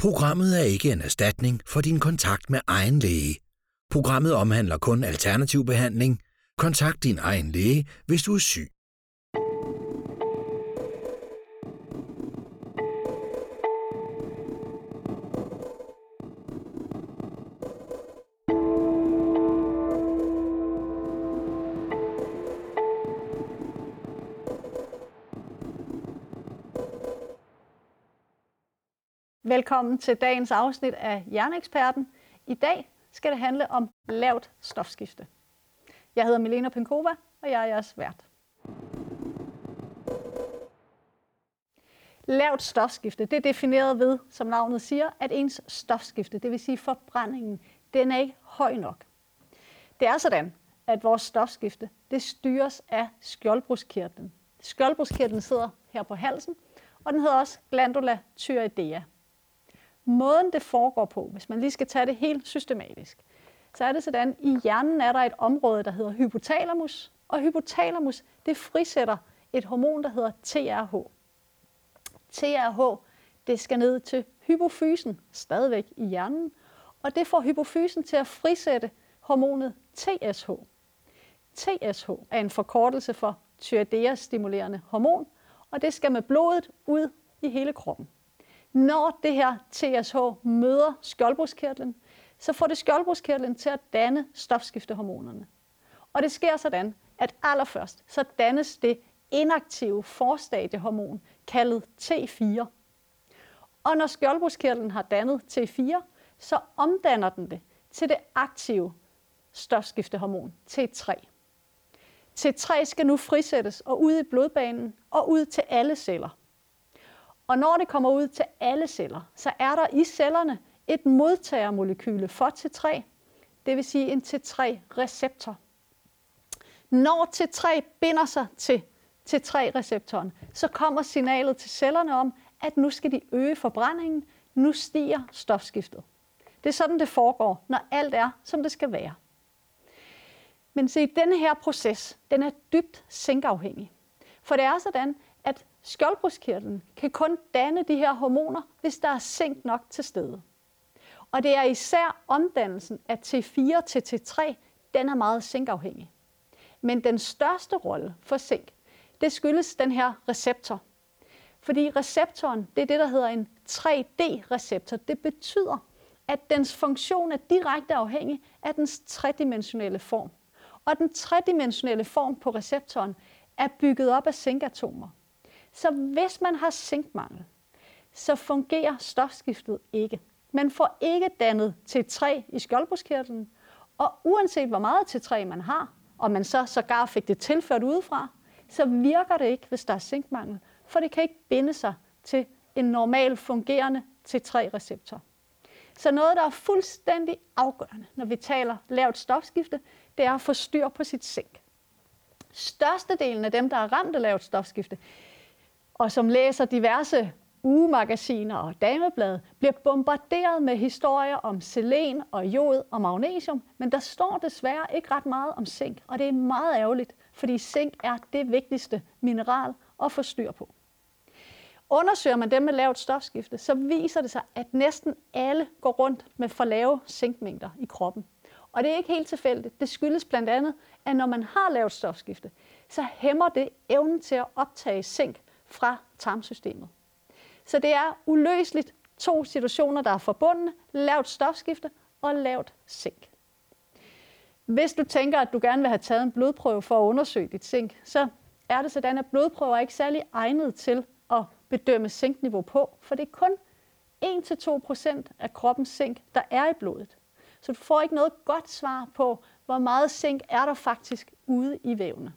Programmet er ikke en erstatning for din kontakt med egen læge. Programmet omhandler kun alternativ behandling. Kontakt din egen læge, hvis du er syg. Velkommen til dagens afsnit af Hjerneeksperten. I dag skal det handle om lavt stofskifte. Jeg hedder Milena Penkova, og jeg er jeres vært. Lavt stofskifte, det er defineret ved, som navnet siger, at ens stofskifte, det vil sige forbrændingen, den er ikke høj nok. Det er sådan, at vores stofskifte, det styres af skjoldbruskkirtlen. Skjoldbruskkirtlen sidder her på halsen, og den hedder også glandula thyroidea. Måden det foregår på, hvis man lige skal tage det helt systematisk, så er det sådan, at i hjernen er der et område, der hedder hypotalamus, og hypotalamus, det frisætter et hormon, der hedder TRH. TRH, det skal ned til hypofysen, stadigvæk i hjernen, og det får hypofysen til at frisætte hormonet TSH. TSH er en forkortelse for thyroidea-stimulerende hormon, og det skal med blodet ud i hele kroppen. Når det her TSH møder skjoldbruskkirtlen, så får det skjoldbruskkirtlen til at danne stofskiftehormonerne. Og det sker sådan, at allerførst så dannes det inaktive forstadiehormon, kaldet T4. Og når skjoldbruskkirtlen har dannet T4, så omdanner den det til det aktive stofskiftehormon, T3. T3 skal nu frisættes og ud i blodbanen og ud til alle celler. Og når det kommer ud til alle celler, så er der i cellerne et modtagermolekyle for T3, det vil sige en T3-receptor. Når T3 binder sig til T3-receptoren, så kommer signalet til cellerne om, at nu skal de øge forbrændingen, nu stiger stofskiftet. Det er sådan, det foregår, når alt er, som det skal være. Men se, denne her proces, den er dybt zinkafhængig. For det er sådan, at skjoldbruskkirtlen kan kun danne de her hormoner, hvis der er zink nok til stede. Og det er især omdannelsen af T4 til T3, den er meget zinkafhængig. Men den største rolle for zink, det skyldes den her receptor. Fordi receptoren, det er det, der hedder en 3D-receptor. Det betyder, at dens funktion er direkte afhængig af dens tredimensionelle form. Og den tredimensionelle form på receptoren er bygget op af zinkatomer. Så hvis man har zinkmangel, så fungerer stofskiftet ikke. Man får ikke dannet T3 i skjoldbruskkirtlen, og uanset hvor meget T3 man har, og man så sågar fik det tilført udefra, så virker det ikke, hvis der er zinkmangel, for det kan ikke binde sig til en normal fungerende T3-receptor. Så noget, der er fuldstændig afgørende, når vi taler lavt stofskifte, det er at få styr på sit zink. Størstedelen af dem, der er ramt af lavt stofskifte, og som læser diverse ugemagasiner og dameblade, bliver bombarderet med historier om selen og jod og magnesium, men der står desværre ikke ret meget om zink, og det er meget ærgerligt, fordi zink er det vigtigste mineral at få styr på. Undersøger man dem med lavt stofskifte, så viser det sig, at næsten alle går rundt med for lave zinkmængder i kroppen. Og det er ikke helt tilfældigt. Det skyldes blandt andet, at når man har lavt stofskifte, så hæmmer det evnen til at optage zink fra tarmsystemet. Så det er uløseligt to situationer, der er forbundne, lavt stofskifte og lavt zink. Hvis du tænker, at du gerne vil have taget en blodprøve for at undersøge dit zink, så er det sådan, at blodprøver er ikke særlig egnet til at bedømme zinkniveau på, for det er kun 1-2% af kroppens zink, der er i blodet. Så du får ikke noget godt svar på, hvor meget zink er der faktisk ude i vævene.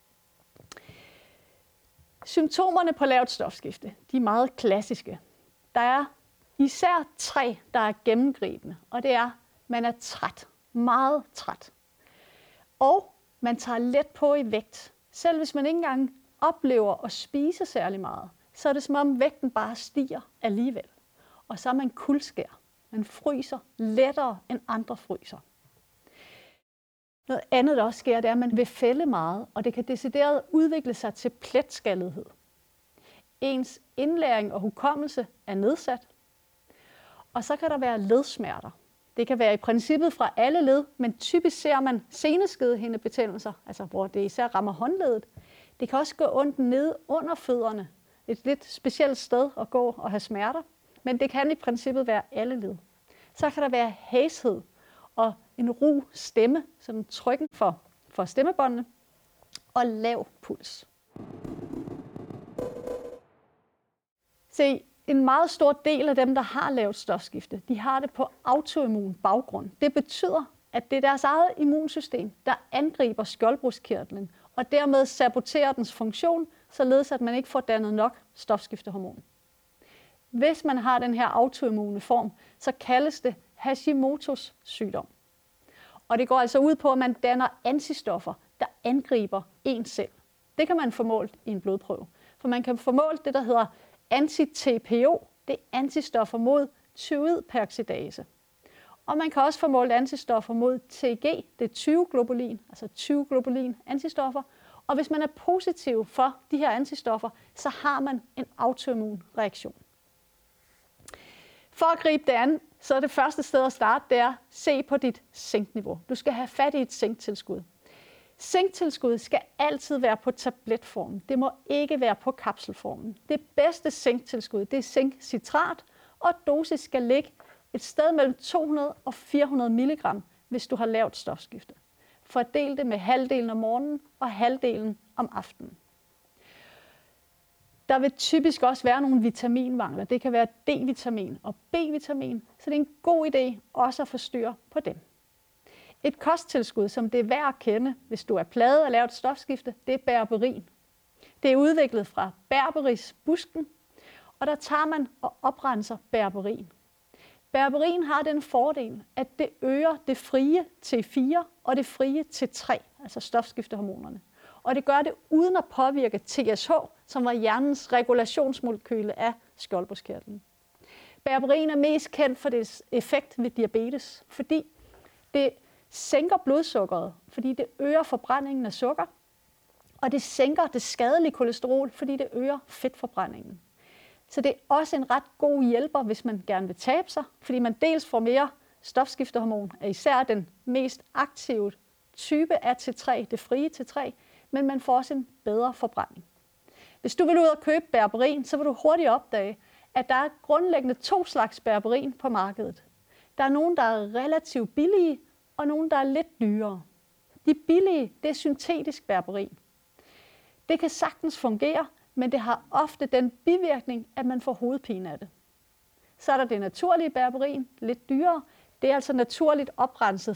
Symptomerne på lavt stofskifte, de er meget klassiske. Der er især 3, der er gennemgribende, og det er, at man er træt, meget træt. Og man tager let på i vægt. Selv hvis man ikke engang oplever at spise særlig meget, så er det som om vægten bare stiger alligevel. Og så er man kuldskær. Man fryser lettere end andre fryser. Noget andet, der også sker, det er, at man vil fælde meget, og det kan decideret udvikle sig til pletskaldighed. Ens indlæring og hukommelse er nedsat. Og så kan der være ledsmerter. Det kan være i princippet fra alle led, men typisk ser man seneskedehindebetændelser, altså hvor det især rammer håndledet. Det kan også gå ondt nede under fødderne. Et lidt specielt sted at gå og have smerter, men det kan i princippet være alle led. Så kan der være hæshed og en ru stemme, sådan trykken for stemmebåndene, og lav puls. Se, en meget stor del af dem, der har lavt stofskifte, de har det på autoimmun baggrund. Det betyder, at det er deres eget immunsystem, der angriber skjoldbruskkirtlen, og dermed saboterer dens funktion, således at man ikke får dannet nok stofskiftehormon. Hvis man har den her autoimmune form, så kaldes det Hashimoto's sygdom. Og det går altså ud på, at man danner antistoffer, der angriber en selv. Det kan man få målt i en blodprøve. For man kan få målt det, der hedder anti-TPO, det er antistoffer mod thyroidperoxidase. Og man kan også få målt antistoffer mod TG, det er 20-globulin, altså 20-globulin antistoffer. Og hvis man er positiv for de her antistoffer, så har man en autoimmun reaktion. For at gribe det an, så er det første sted at starte, det er se på dit zinkniveau. Du skal have fat i et zinktilskud. Zinktilskud skal altid være på tabletformen. Det må ikke være på kapselformen. Det bedste zinktilskud, det er zinkcitrat, og dosis skal ligge et sted mellem 200 og 400 mg, hvis du har lavt stofskifte. Fordel det med halvdelen om morgenen og halvdelen om aftenen. Der vil typisk også være nogle vitaminmangler. Det kan være D-vitamin og B-vitamin, så det er en god idé også at få styr på dem. Et kosttilskud, som det er værd at kende, hvis du er plaget af lavt stofskifte, det er berberin. Det er udviklet fra berberisbusken, og der tager man og oprenser berberin. Berberin har den fordel, at det øger det frie T4 og det frie T3, altså stofskiftehormonerne. Og det gør det uden at påvirke TSH, som var hjernens regulationsmolekyle af skjoldbruskkirtlen. Berberin er mest kendt for dets effekt ved diabetes, fordi det sænker blodsukkeret, fordi det øger forbrændingen af sukker, og det sænker det skadelige kolesterol, fordi det øger fedtforbrændingen. Så det er også en ret god hjælper, hvis man gerne vil tabe sig, fordi man dels får mere stofskiftehormon, af især den mest aktive type af T3, det frie T3, men man får også en bedre forbrænding. Hvis du vil ud og købe berberin, så vil du hurtigt opdage, at der er grundlæggende 2 slags berberin på markedet. Der er nogle, der er relativt billige, og nogle, der er lidt dyrere. De billige, det er syntetisk berberin. Det kan sagtens fungere, men det har ofte den bivirkning, at man får hovedpine af det. Så er der det naturlige berberin, lidt dyrere. Det er altså naturligt oprenset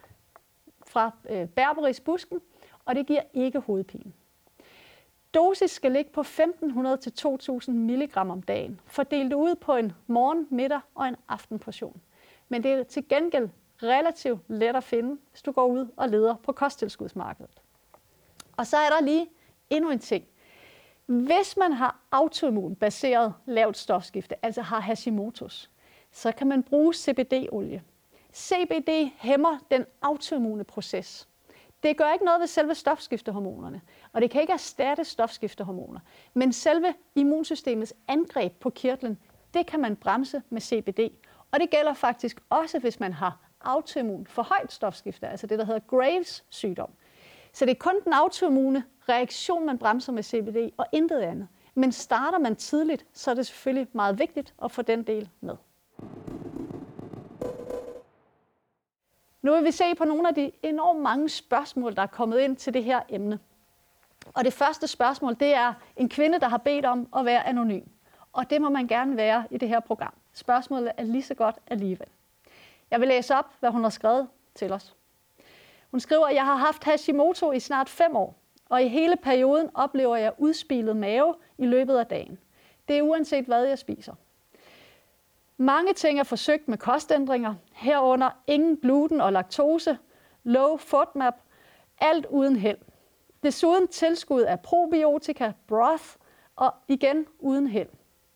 fra berberisbusken, og det giver ikke hovedpine. Dosis skal ligge på 1500 til 2000 mg om dagen, fordelt ud på en morgen-, middag- og en aftenportion. Men det er til gengæld relativt let at finde, hvis du går ud og leder på kosttilskudsmarkedet. Og så er der lige endnu en ting. Hvis man har autoimmun-baseret lavt stofskifte, altså har Hashimoto's, så kan man bruge CBD-olie. CBD hæmmer den autoimmune proces. Det gør ikke noget ved selve stofskiftehormonerne, og det kan ikke erstatte stofskiftehormoner. Men selve immunsystemets angreb på kirtlen, det kan man bremse med CBD. Og det gælder faktisk også, hvis man har autoimmun for højt stofskifte, altså det, der hedder Graves' sygdom. Så det er kun den autoimmune reaktion, man bremser med CBD, og intet andet. Men starter man tidligt, så er det selvfølgelig meget vigtigt at få den del med. Nu vil vi se på nogle af de enormt mange spørgsmål, der er kommet ind til det her emne. Og det første spørgsmål, det er en kvinde, der har bedt om at være anonym. Og det må man gerne være i det her program. Spørgsmålet er lige så godt alligevel. Jeg vil læse op, hvad hun har skrevet til os. Hun skriver, at jeg har haft Hashimoto i snart 5 år, og i hele perioden oplever jeg udspilet mave i løbet af dagen. Det er uanset hvad jeg spiser. Mange ting er forsøgt med kostændringer, herunder ingen gluten og laktose, low FODMAP, alt uden held. Desuden tilskud af probiotika, broth og igen uden held.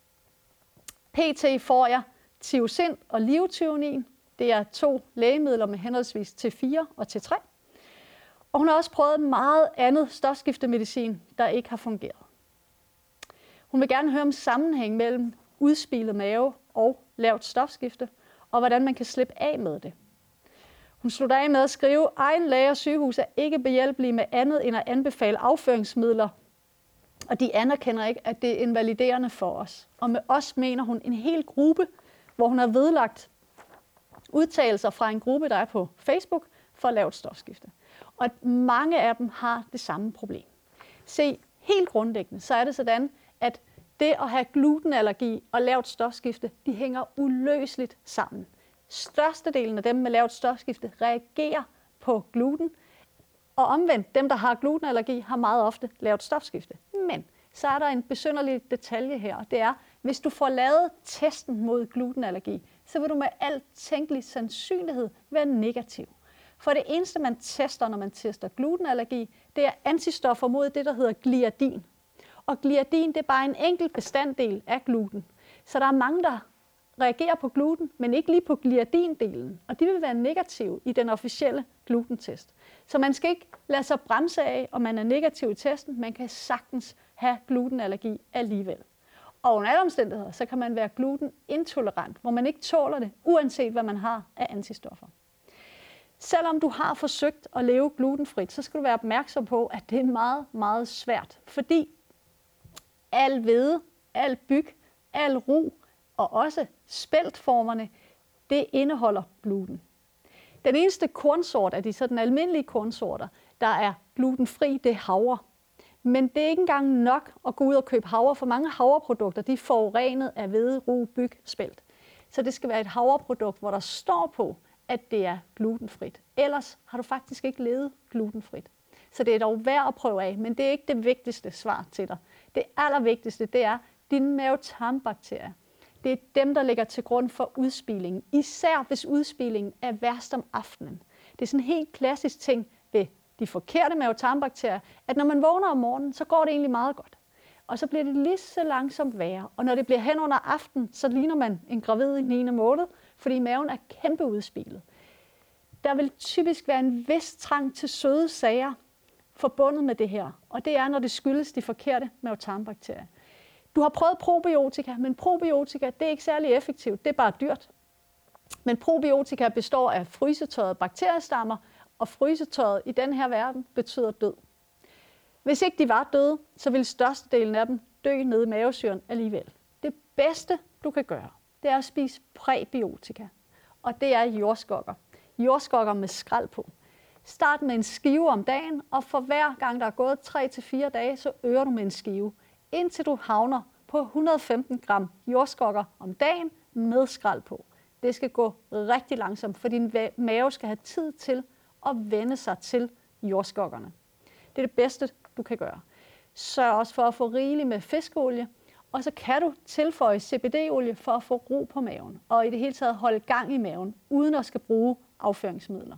PT får jeg Thiocin og Liothyronin. Det er 2 lægemidler med henholdsvis T4 og T3. Og hun har også prøvet meget andet stofskiftemedicin, der ikke har fungeret. Hun vil gerne høre om sammenhæng mellem udspilet mave og lavt stofskifte, og hvordan man kan slippe af med det. Hun slutter af med at skrive, egen læge og sygehus er ikke behjælpelige med andet end at anbefale afføringsmidler, og de anerkender ikke, at det er invaliderende for os. Og med os mener hun en hel gruppe, hvor hun har vedlagt udtalelser fra en gruppe, der er på Facebook for lavt stofskifte. Og mange af dem har det samme problem. Se, helt grundlæggende, så er det sådan, at det at have glutenallergi og lavt stofskifte, de hænger uløseligt sammen. Størstedelen af dem med lavt stofskifte reagerer på gluten, og omvendt, dem der har glutenallergi, har meget ofte lavt stofskifte. Men så er der en besynderlig detalje her, og det er, hvis du får lavet testen mod glutenallergi, så vil du med al tænkelig sandsynlighed være negativ. For det eneste, man tester, når man tester glutenallergi, det er antistoffer mod det, der hedder gliadin. Og gliadin, det er bare en enkelt bestanddel af gluten. Så der er mange, der reagerer på gluten, men ikke lige på gliadindelen. Og de vil være negative i den officielle glutentest. Så man skal ikke lade sig bremse af, om man er negativ i testen. Man kan sagtens have glutenallergi alligevel. Og under alle omstændigheder, så kan man være glutenintolerant, hvor man ikke tåler det, uanset hvad man har af antistoffer. Selvom du har forsøgt at leve glutenfrit, så skal du være opmærksom på, at det er meget, meget svært. Fordi al hvede, al byg, al ru og også spæltformerne, det indeholder gluten. Den eneste kornsort af de sådan almindelige kornsorter, der er glutenfri, det er havre. Men det er ikke engang nok at gå ud og købe havre, for mange havreprodukter, de er forurenet af hvede, ru, byg, spælt. Så det skal være et havreprodukt, hvor der står på, at det er glutenfrit. Ellers har du faktisk ikke levet glutenfrit. Så det er dog værd at prøve af, men det er ikke det vigtigste svar til dig. Det allervigtigste, det er dine mavetarmbakterier. Det er dem, der ligger til grund for udspilingen. Især hvis udspilingen er værst om aftenen. Det er sådan en helt klassisk ting ved de forkerte mavetarmbakterier, at når man vågner om morgenen, så går det egentlig meget godt. Og så bliver det lige så langsomt værre. Og når det bliver hen under aften, så ligner man en gravid i 9. måned, fordi maven er kæmpe udspilet. Der vil typisk være en vis trang til søde sager forbundet med det her. Og det er, når det skyldes de forkerte mavetarmbakterier. Du har prøvet probiotika, men probiotika det er ikke særlig effektivt. Det er bare dyrt. Men probiotika består af frysetørrede bakteriestammer, og frysetørret i den her verden betyder død. Hvis ikke de var døde, så ville størstedelen af dem dø nede i mavesyren alligevel. Det bedste, du kan gøre, det er at spise præbiotika. Og det er jordskokker. Jordskokker med skrald på. Start med en skive om dagen, og for hver gang der er gået 3-4 dage, så øger du med en skive. Indtil du havner på 115 gram jordskokker om dagen med skrald på. Det skal gå rigtig langsomt, for din mave skal have tid til at vende sig til jordskokkerne. Det er det bedste, du kan gøre. Sørg også for at få rigeligt med fiskeolie, og så kan du tilføje CBD-olie for at få ro på maven, og i det hele taget holde gang i maven, uden at skal bruge afføringsmidler.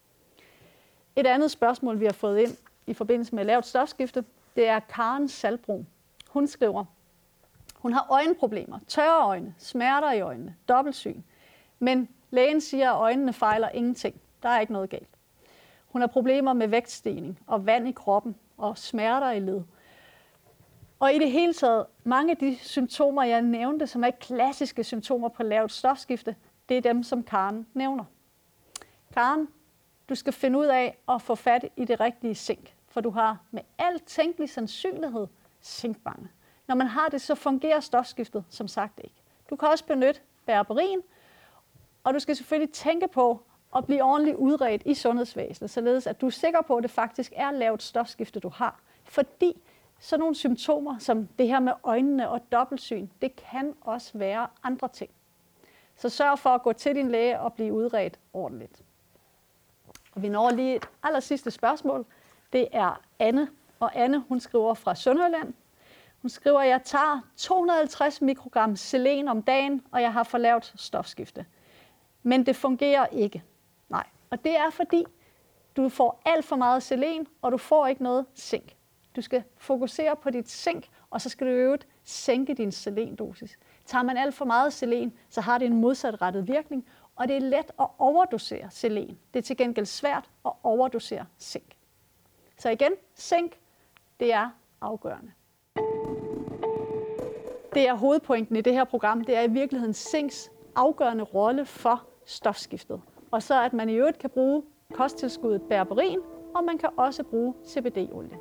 Et andet spørgsmål, vi har fået ind i forbindelse med lavt stofskifte, det er Karen Salbro. Hun skriver, hun har øjenproblemer, tørre øjne, smerter i øjnene, dobbeltsyn, men lægen siger, at øjnene fejler ingenting. Der er ikke noget galt. Hun har problemer med vægtstigning og vand i kroppen og smerter i led. Og i det hele taget, mange af de symptomer, jeg nævnte, som er klassiske symptomer på lavt stofskifte, det er dem, som Karen nævner. Karen, du skal finde ud af at få fat i det rigtige zink, for du har med al tænkelig sandsynlighed zinkmangel. Når man har det, så fungerer stofskiftet som sagt ikke. Du kan også benytte berberin, og du skal selvfølgelig tænke på at blive ordentligt udredt i sundhedsvæsenet, således at du er sikker på, at det faktisk er lavt stofskifte, du har. Fordi sådan nogle symptomer som det her med øjnene og dobbeltsyn, det kan også være andre ting. Så sørg for at gå til din læge og blive udredt ordentligt. Og vi når lige et allersidste spørgsmål. Det er Anne. Og Anne, hun skriver fra Sønderjylland. Hun skriver, at jeg tager 250 mikrogram selen om dagen, og jeg har for lavt stofskifte. Men det fungerer ikke. Nej, og det er fordi, du får alt for meget selen, og du får ikke noget zink. Du skal fokusere på dit zink, og så skal du i øvrigt sænke din selendosis. Tager man alt for meget selen, så har det en modsatrettet virkning, og det er let at overdosere selen. Det er til gengæld svært at overdosere zink. Så igen, zink, det er afgørende. Det er hovedpointen i det her program, det er i virkeligheden zinks afgørende rolle for stofskiftet. Og så at man i øvrigt kan bruge kosttilskuddet berberin, og man kan også bruge CBD-olie.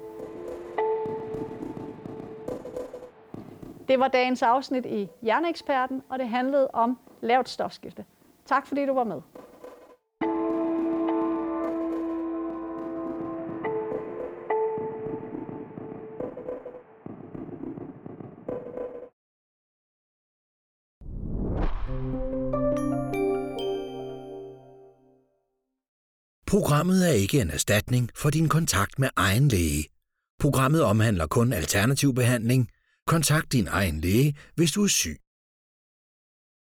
Det var dagens afsnit i Hjerneeksperten, og det handlede om lavt stofskifte. Tak fordi du var med. Programmet er ikke en erstatning for din kontakt med egen læge. Programmet omhandler kun alternativ behandling. Kontakt din egen læge, hvis du er syg.